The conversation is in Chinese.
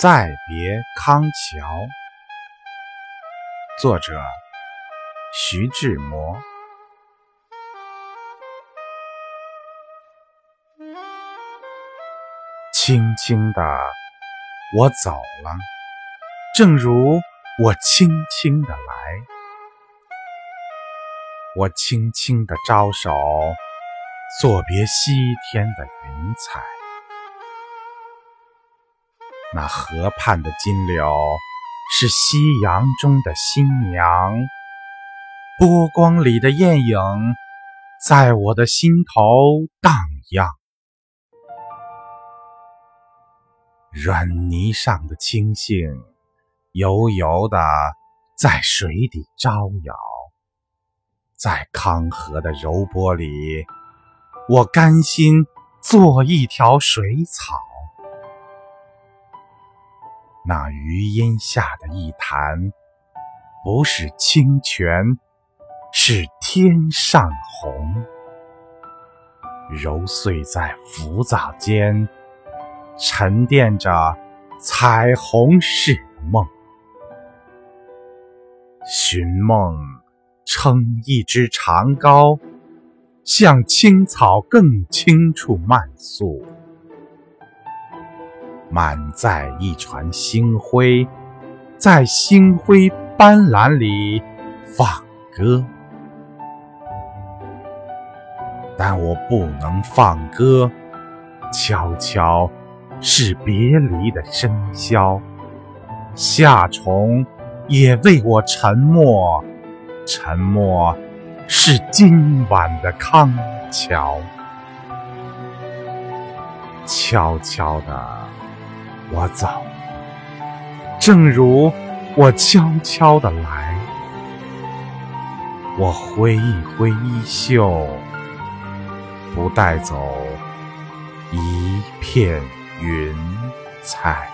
再别康桥，作者徐志摩。轻轻地我走了，正如我轻轻地来。我轻轻地招手，作别西天的云彩。那河畔的金柳是夕阳中的新娘，波光里的艳影在我的心头荡漾。软泥上的青荇悠悠地在水底招摇，在康河的柔波里，我甘心做一条水草。那余荫下的一潭，不是清泉，是天上虹，揉碎在浮藻间，沉淀着彩虹似的梦。寻梦撑一支长篙，向青草更青处漫溯，满载一船星辉，在星辉斑斓里放歌。但我不能放歌，悄悄是别离的笙箫，夏虫也为我沉默，沉默是今晚的康桥。悄悄地我走，正如我悄悄地来。我挥一挥衣袖，不带走一片云彩。